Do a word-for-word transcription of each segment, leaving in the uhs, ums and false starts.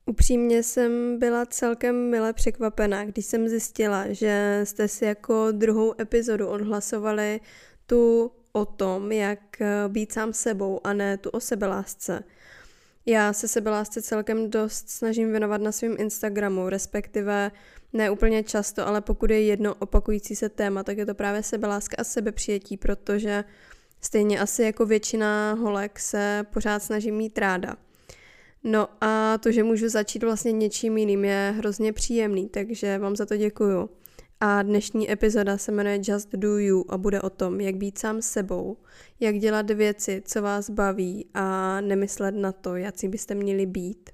Upřímně jsem byla celkem mile překvapená, když jsem zjistila, že jste si jako druhou epizodu odhlasovali tu o tom, jak být sám sebou a ne tu o sebelásce. Já se sebelásce celkem dost snažím věnovat na svém Instagramu, respektive ne úplně často, ale pokud je jedno opakující se téma, tak je to právě sebeláska a sebepřijetí, protože stejně asi jako většina holek se pořád snažím mít ráda. No a to, že můžu začít vlastně něčím jiným, je hrozně příjemný, takže vám za to děkuju. A dnešní epizoda se jmenuje Just Do You a bude o tom, jak být sám sebou, jak dělat věci, co vás baví a nemyslet na to, jací byste měli být.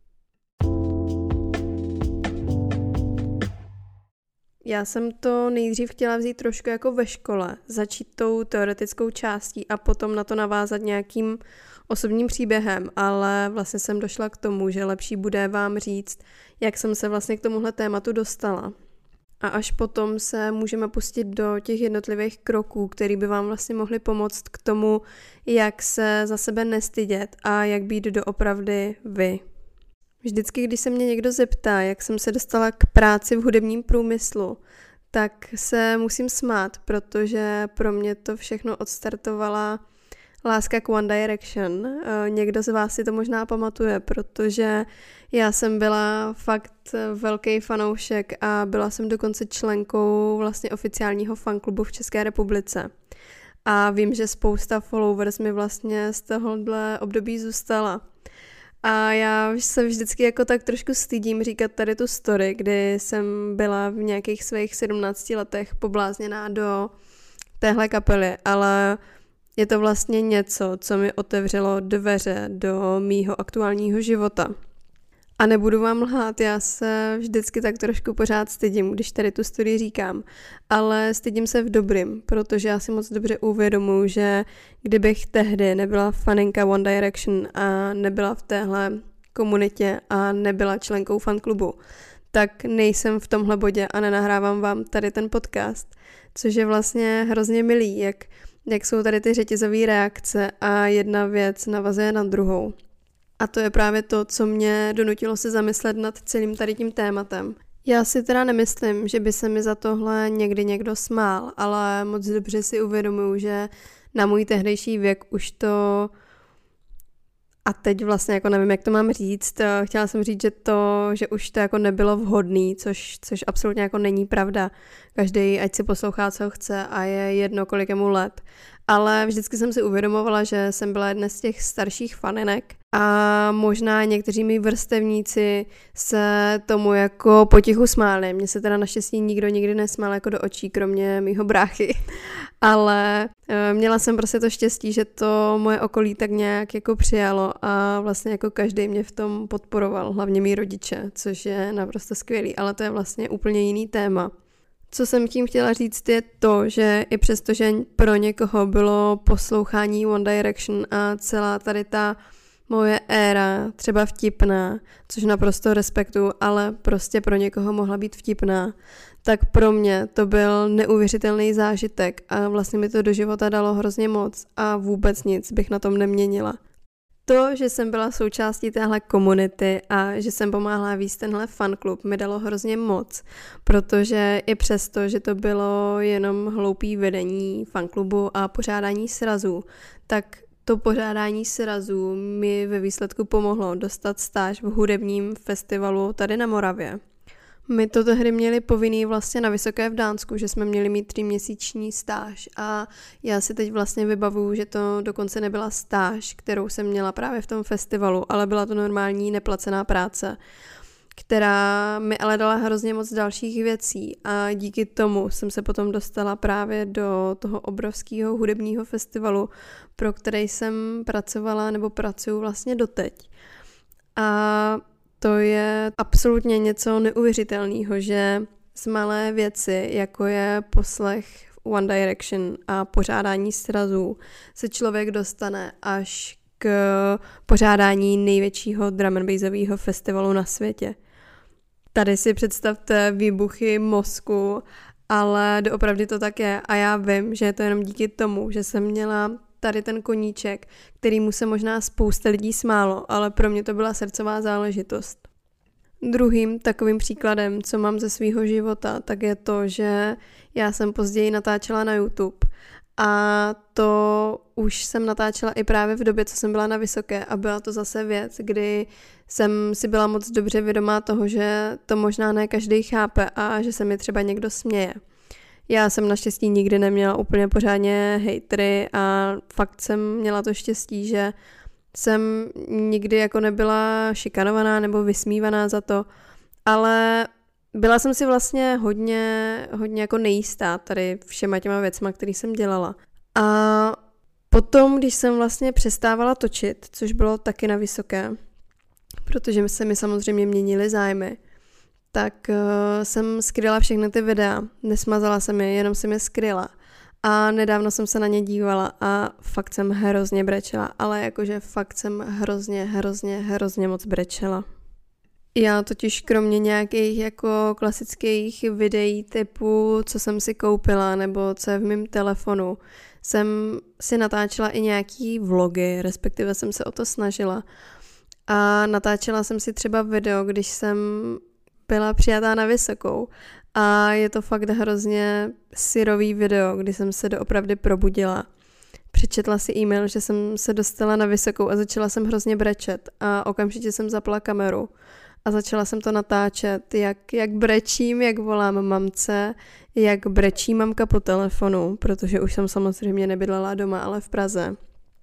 Já jsem to nejdřív chtěla vzít trošku jako ve škole, začít tou teoretickou částí a potom na to navázat nějakým osobním příběhem, ale vlastně jsem došla k tomu, že lepší bude vám říct, jak jsem se vlastně k tomuhle tématu dostala. A až potom se můžeme pustit do těch jednotlivých kroků, které by vám vlastně mohly pomoct k tomu, jak se za sebe nestydět a jak být doopravdy vy. Vždycky, když se mě někdo zeptá, jak jsem se dostala k práci v hudebním průmyslu, tak se musím smát, protože pro mě to všechno odstartovala láska k One Direction. Někdo z vás si to možná pamatuje, protože já jsem byla fakt velký fanoušek a byla jsem dokonce členkou vlastně oficiálního fanklubu v České republice. A vím, že spousta followers mi vlastně z tohohle období zůstala. A já se vždycky jako tak trošku stydím říkat tady tu story, kdy jsem byla v nějakých svých sedmnácti letech poblázněná do téhle kapely, ale je to vlastně něco, co mi otevřelo dveře do mýho aktuálního života. A nebudu vám lhát, já se vždycky tak trošku pořád stydím, když tady tu story říkám, ale stydím se v dobrým, protože já si moc dobře uvědomuji, že kdybych tehdy nebyla faninka One Direction a nebyla v téhle komunitě a nebyla členkou fanklubu, tak nejsem v tomhle bodě a nenahrávám vám tady ten podcast, což je vlastně hrozně milý, jak, jak jsou tady ty řetězové reakce a jedna věc navazuje na druhou. A to je právě to, co mě donutilo se zamyslet nad celým tady tím tématem. Já si teda nemyslím, že by se mi za tohle někdy někdo smál, ale moc dobře si uvědomuji, že na můj tehdejší věk už to... A teď vlastně jako nevím, jak to mám říct. Chtěla jsem říct, že to, že už to jako nebylo vhodný, což, což absolutně jako není pravda. Každý ať si poslouchá, co chce a je jedno, kolik je mu let. Ale vždycky jsem si uvědomovala, že jsem byla jedna z těch starších faninek a možná někteří mý vrstevníci se tomu jako potichu smáli. Mně se teda naštěstí nikdo nikdy nesmál jako do očí, kromě mýho bráchy. Ale měla jsem prostě to štěstí, že to moje okolí tak nějak jako přijalo a vlastně jako každý mě v tom podporoval, hlavně mý rodiče, což je naprosto skvělý, ale to je vlastně úplně jiný téma. Co jsem tím chtěla říct je to, že i přesto, že pro někoho bylo poslouchání One Direction a celá tady ta moje éra třeba vtipná, což naprosto respektuju, ale prostě pro někoho mohla být vtipná, tak pro mě to byl neuvěřitelný zážitek a vlastně mi to do života dalo hrozně moc a vůbec nic bych na tom neměnila. To, že jsem byla součástí téhle komunity a že jsem pomáhala víc tenhle fanklub, mi dalo hrozně moc, protože i přesto, že to bylo jenom hloupý vedení fanklubu a pořádání srazů, tak to pořádání srazů mi ve výsledku pomohlo dostat stáž v hudebním festivalu tady na Moravě. My to tehdy měli povinný vlastně na Vysoké v Dánsku, že jsme měli mít tříměsíční stáž a já si teď vlastně vybavuju, že to dokonce nebyla stáž, kterou jsem měla právě v tom festivalu, ale byla to normální neplacená práce, která mi ale dala hrozně moc dalších věcí a díky tomu jsem se potom dostala právě do toho obrovského hudebního festivalu, pro který jsem pracovala nebo pracuju vlastně doteď. A to je absolutně něco neuvěřitelného, že z malé věci, jako je poslech One Direction a pořádání srazů, se člověk dostane až k pořádání největšího drum and bassového festivalu na světě. Tady si představte výbuchy mozku, ale doopravdy to tak je a já vím, že je to jenom díky tomu, že jsem měla tady ten koníček, kterýmu se možná spousta lidí smálo, ale pro mě to byla srdcová záležitost. Druhým takovým příkladem, co mám ze svého života, tak je to, že já jsem později natáčela na YouTube a to už jsem natáčela i právě v době, co jsem byla na vysoké a byla to zase věc, kdy jsem si byla moc dobře vědomá toho, že to možná ne každý chápe a že se mi třeba někdo směje. Já jsem naštěstí nikdy neměla úplně pořádně hejtry a fakt jsem měla to štěstí, že jsem nikdy jako nebyla šikanovaná nebo vysmívaná za to, ale byla jsem si vlastně hodně, hodně jako nejistá tady všema těma věcma, které jsem dělala. A potom, když jsem vlastně přestávala točit, což bylo taky na vysoké, protože se mi samozřejmě měnily zájmy, tak uh, jsem skryla všechny ty videa, nesmazala jsem je, jenom jsem je skryla. A nedávno jsem se na ně dívala a fakt jsem hrozně brečela, ale jakože fakt jsem hrozně, hrozně, hrozně moc brečela. Já totiž kromě nějakých jako klasických videí typu, co jsem si koupila nebo co je v mém telefonu, jsem si natáčela i nějaký vlogy, respektive jsem se o to snažila. A natáčela jsem si třeba video, když jsem byla přijatá na vysokou. A je to fakt hrozně syrový video, kdy jsem se doopravdy probudila. Přečetla si e-mail, že jsem se dostala na vysokou a začala jsem hrozně brečet. A okamžitě jsem zapla kameru a začala jsem to natáčet, jak, jak brečím, jak volám mamce, jak brečí mamka po telefonu, protože už jsem samozřejmě nebydlela doma, ale v Praze.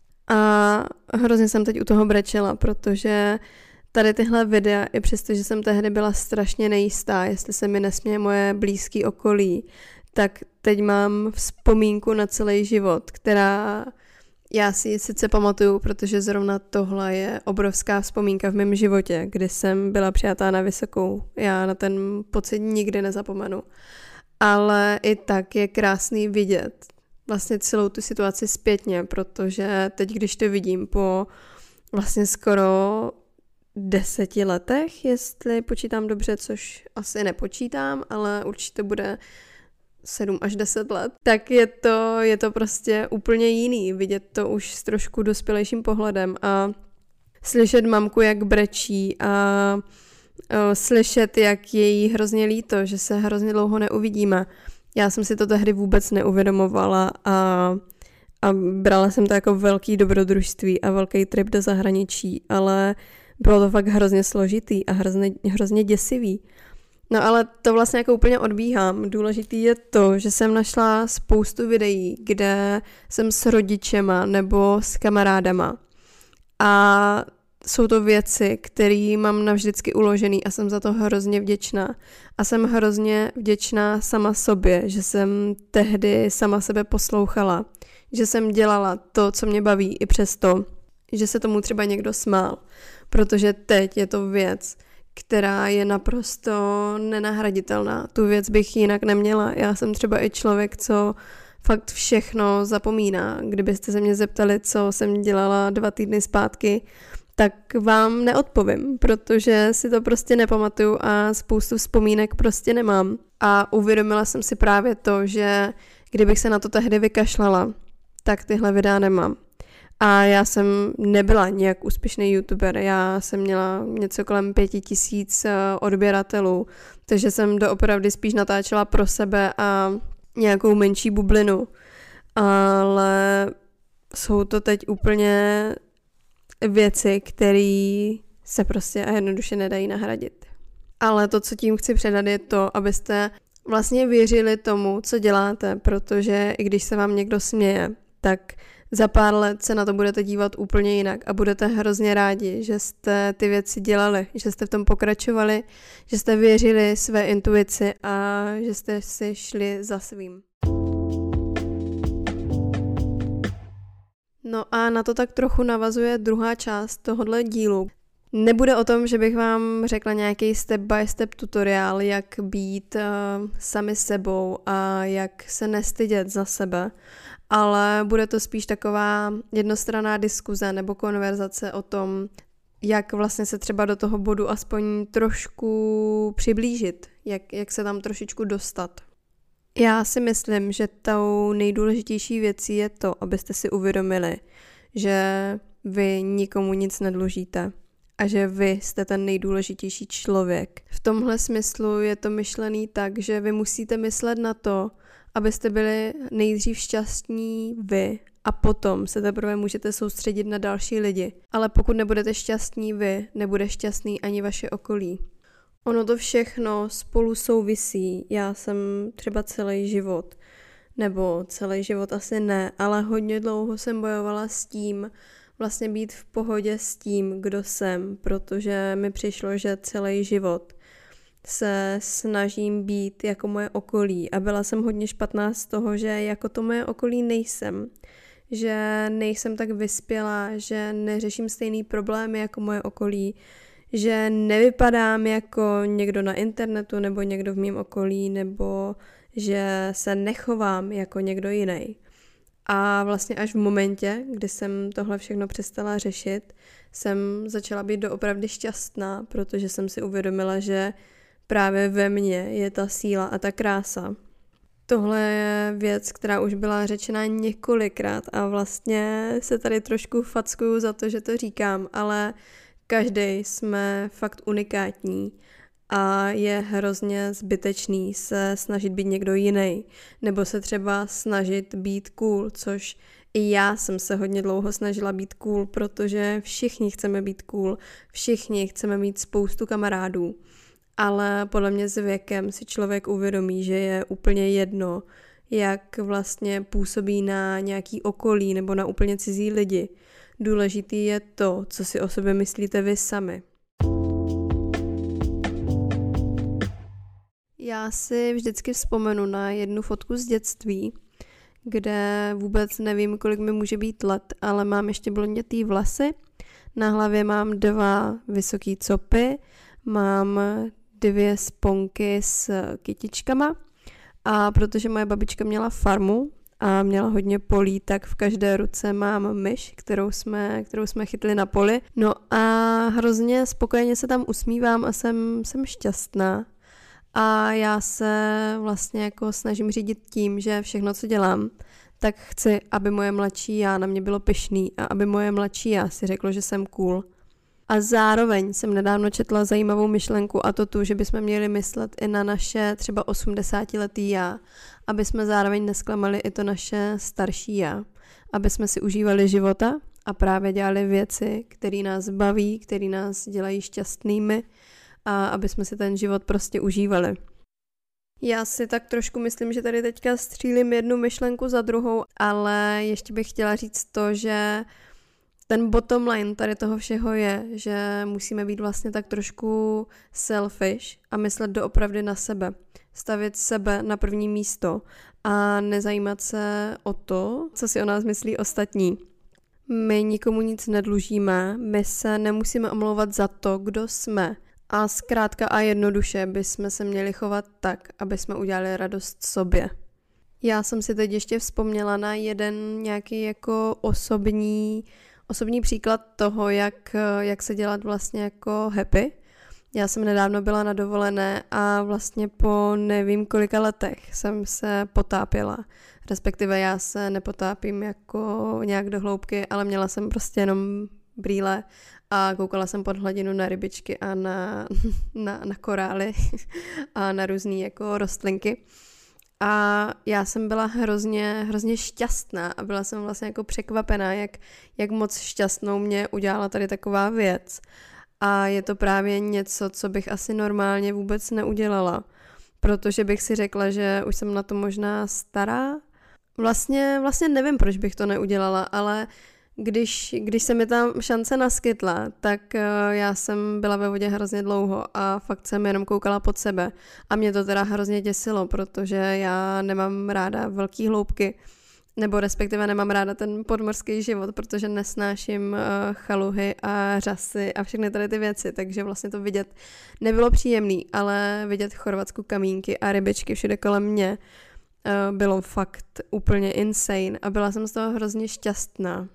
A hrozně jsem teď u toho brečela, protože tady tyhle videa, i přesto, že jsem tehdy byla strašně nejistá, jestli se mi nesměje moje blízký okolí, tak teď mám vzpomínku na celý život, která já si ji sice pamatuju, protože zrovna tohle je obrovská vzpomínka v mém životě, kdy jsem byla přijatá na vysokou. Já na ten pocit nikdy nezapomenu. Ale i tak je krásný vidět vlastně celou tu situaci zpětně, protože teď, když to vidím po vlastně skoro deseti letech, jestli počítám dobře, což asi nepočítám, ale určitě bude sedm až deset let, tak je to, je to prostě úplně jiný, vidět to už s trošku dospělejším pohledem a slyšet mamku, jak brečí a, a slyšet, jak je jí hrozně líto, že se hrozně dlouho neuvidíme. Já jsem si to tehdy vůbec neuvědomovala a, a brala jsem to jako velký dobrodružství a velký trip do zahraničí, ale bylo to fakt hrozně složitý a hrozně, hrozně děsivý. No ale to vlastně jako úplně odbíhám. Důležitý je to, že jsem našla spoustu videí, kde jsem s rodičema nebo s kamarádama. A jsou to věci, které mám navždycky uložený a jsem za to hrozně vděčná. A jsem hrozně vděčná sama sobě, že jsem tehdy sama sebe poslouchala. Že jsem dělala to, co mě baví, i přesto, že se tomu třeba někdo smál. Protože teď je to věc, která je naprosto nenahraditelná. Tu věc bych jinak neměla. Já jsem třeba i člověk, co fakt všechno zapomíná. Kdybyste se mě zeptali, co jsem dělala dva týdny zpátky, tak vám neodpovím, protože si to prostě nepamatuju a spoustu vzpomínek prostě nemám. A uvědomila jsem si právě to, že kdybych se na to tehdy vykašlala, tak tyhle videa nemám. A já jsem nebyla nějak úspěšný youtuber, já jsem měla něco kolem pěti tisíc odběratelů, takže jsem doopravdy spíš natáčela pro sebe a nějakou menší bublinu. Ale jsou to teď úplně věci, které se prostě a jednoduše nedají nahradit. Ale to, co tím chci předat, je to, abyste vlastně věřili tomu, co děláte, protože i když se vám někdo směje, tak za pár let se na to budete dívat úplně jinak a budete hrozně rádi, že jste ty věci dělali, že jste v tom pokračovali, že jste věřili své intuici a že jste si šli za svým. No a na to tak trochu navazuje druhá část tohohle dílu. Nebude o tom, že bych vám řekla nějaký step by step tutoriál, jak být uh, sami sebou a jak se nestydět za sebe, ale bude to spíš taková jednostranná diskuze nebo konverzace o tom, jak vlastně se třeba do toho bodu aspoň trošku přiblížit, jak, jak se tam trošičku dostat. Já si myslím, že tou nejdůležitější věcí je to, abyste si uvědomili, že vy nikomu nic nedlužíte a že vy jste ten nejdůležitější člověk. V tomhle smyslu je to myšlený tak, že vy musíte myslet na to, abyste byli nejdřív šťastní vy a potom se teprve můžete soustředit na další lidi. Ale pokud nebudete šťastní vy, nebude šťastný ani vaše okolí. Ono to všechno spolu souvisí. Já jsem třeba celý život, nebo celý život asi ne, ale hodně dlouho jsem bojovala s tím, vlastně být v pohodě s tím, kdo jsem, protože mi přišlo, že celý život se snažím být jako moje okolí a byla jsem hodně špatná z toho, že jako to moje okolí nejsem, že nejsem tak vyspělá, že neřeším stejný problémy jako moje okolí, že nevypadám jako někdo na internetu nebo někdo v mém okolí, nebo že se nechovám jako někdo jiný. A vlastně až v momentě, kdy jsem tohle všechno přestala řešit, jsem začala být doopravdy šťastná, protože jsem si uvědomila, že právě ve mně je ta síla a ta krása. Tohle je věc, která už byla řečena několikrát a vlastně se tady trošku fackuju za to, že to říkám, ale každý jsme fakt unikátní a je hrozně zbytečný se snažit být někdo jiný, nebo se třeba snažit být cool, což i já jsem se hodně dlouho snažila být cool, protože všichni chceme být cool, všichni chceme mít spoustu kamarádů, ale podle mě s věkem si člověk uvědomí, že je úplně jedno, jak vlastně působí na nějaký okolí nebo na úplně cizí lidi. Důležitý je to, co si o sobě myslíte vy sami. Já si vždycky vzpomenu na jednu fotku z dětství, kde vůbec nevím, kolik mi může být let, ale mám ještě blondětý vlasy, na hlavě mám dva vysoký copy, mám dvě sponky s kytičkama a protože moje babička měla farmu a měla hodně polí, tak v každé ruce mám myš, kterou jsme, kterou jsme chytli na poli. No a hrozně spokojeně se tam usmívám a jsem, jsem šťastná. A já se vlastně jako snažím řídit tím, že všechno, co dělám, tak chci, aby moje mladší já na mě bylo pyšný a aby moje mladší já si řeklo, že jsem cool. A zároveň jsem nedávno četla zajímavou myšlenku a to tu, že bychom měli myslet i na naše třeba osmdesátiletý já, aby jsme zároveň nesklamali i to naše starší já, aby jsme si užívali života a právě dělali věci, které nás baví, které nás dělají šťastnými a aby jsme si ten život prostě užívali. Já si tak trošku myslím, že tady teďka střílím jednu myšlenku za druhou, ale ještě bych chtěla říct to, že ten bottom line tady toho všeho je, že musíme být vlastně tak trošku selfish a myslet doopravdy na sebe. Stavět sebe na první místo a nezajímat se o to, co si o nás myslí ostatní. My nikomu nic nedlužíme, my se nemusíme omlouvat za to, kdo jsme. A zkrátka a jednoduše bychom se měli chovat tak, aby jsme udělali radost sobě. Já jsem si teď ještě vzpomněla na jeden nějaký jako osobní, osobní příklad toho, jak, jak se dělat vlastně jako happy. Já jsem nedávno byla na dovolené a vlastně po nevím kolika letech jsem se potápěla. Respektive já se nepotápím jako nějak do hloubky, ale měla jsem prostě jenom brýle a koukala jsem pod hladinu na rybičky a na, na, na korály a na různý jako rostlinky. A já jsem byla hrozně, hrozně šťastná a byla jsem vlastně jako překvapená, jak, jak moc šťastnou mě udělala tady taková věc. A je to právě něco, co bych asi normálně vůbec neudělala, protože bych si řekla, že už jsem na to možná stará. Vlastně, vlastně nevím, proč bych to neudělala, ale Když, když se mi ta šance naskytla, tak já jsem byla ve vodě hrozně dlouho a fakt jsem jenom koukala pod sebe. A mě to teda hrozně děsilo, protože já nemám ráda velký hloubky, nebo respektive nemám ráda ten podmorský život, protože nesnáším chaluhy a řasy a všechny tady ty věci, takže vlastně to vidět nebylo příjemný, ale vidět v Chorvatsku kamínky a rybičky všude kolem mě bylo fakt úplně insane a byla jsem z toho hrozně šťastná.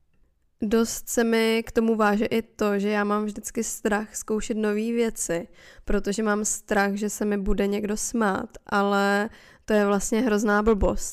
Dost se mi k tomu váže i to, že já mám vždycky strach zkoušet nové věci, protože mám strach, že se mi bude někdo smát, ale to je vlastně hrozná blbost.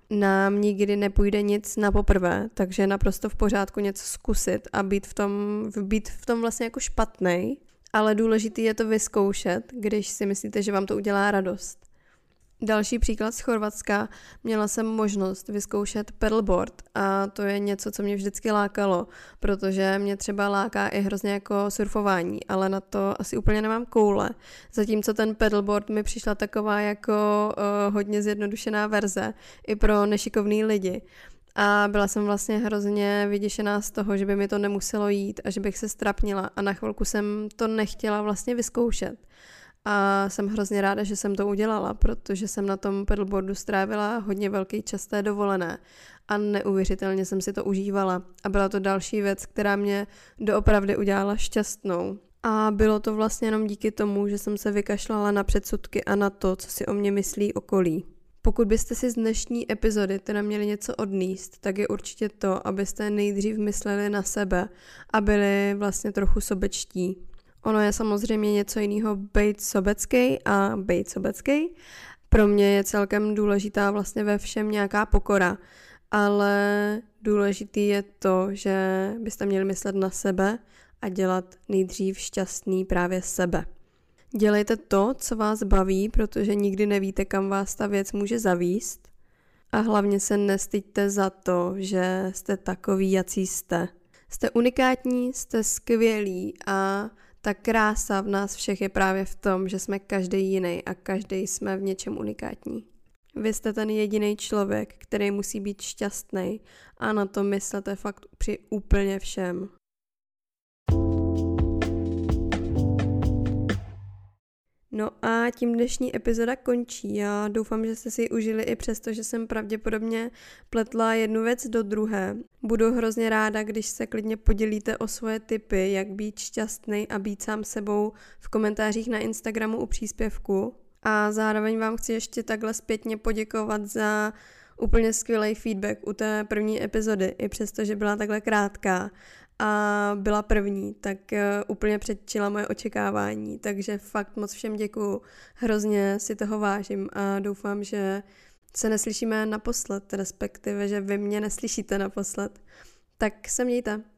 nám nikdy nepůjde nic na poprvé, takže je naprosto v pořádku něco zkusit a být v tom, být v tom vlastně jako špatnej, ale důležitý je to vyzkoušet, když si myslíte, že vám to udělá radost. Další příklad z Chorvatska, měla jsem možnost vyzkoušet paddleboard a to je něco, co mě vždycky lákalo, protože mě třeba láká i hrozně jako surfování, ale na to asi úplně nemám koule. Zatímco ten paddleboard mi přišla taková jako uh, hodně zjednodušená verze i pro nešikovný lidi. A byla jsem vlastně hrozně vyděšená z toho, že by mi to nemuselo jít a že bych se strapnila a na chvilku jsem to nechtěla vlastně vyzkoušet. A jsem hrozně ráda, že jsem to udělala, protože jsem na tom paddleboardu strávila hodně velký čas té dovolené a neuvěřitelně jsem si to užívala. A byla to další věc, která mě doopravdy udělala šťastnou. A bylo to vlastně jenom díky tomu, že jsem se vykašlala na předsudky a na to, co si o mě myslí okolí. Pokud byste si z dnešní epizody teda měli něco odníst, tak je určitě to, abyste nejdřív mysleli na sebe a byli vlastně trochu sobečtí. Ono je samozřejmě něco jiného bejt sobecký a bejt sobecký. Pro mě je celkem důležitá vlastně ve všem nějaká pokora, ale důležitý je to, že byste měli myslet na sebe a dělat nejdřív šťastný právě sebe. Dělejte to, co vás baví, protože nikdy nevíte, kam vás ta věc může zavíst. A hlavně se nestyďte za to, že jste takový, jací jste. Jste unikátní, jste skvělí a ta krása v nás všech je právě v tom, že jsme každý jiný a každý jsme v něčem unikátní. Vy jste ten jediný člověk, který musí být šťastný a na to myslete fakt při úplně všem. No a tím dnešní epizoda končí. Já doufám, že jste si ji užili i přesto, že jsem pravděpodobně pletla jednu věc do druhé. Budu hrozně ráda, když se klidně podělíte o svoje tipy, jak být šťastný a být sám sebou v komentářích na Instagramu u příspěvku. A zároveň vám chci ještě takhle zpětně poděkovat za úplně skvělý feedback u té první epizody, i přesto, že byla takhle krátká a byla první, tak uh, úplně předčila moje očekávání, takže fakt moc všem děkuju, hrozně si toho vážím a doufám, že se neslyšíme naposled, respektive, že vy mě neslyšíte naposled. Tak se mějte.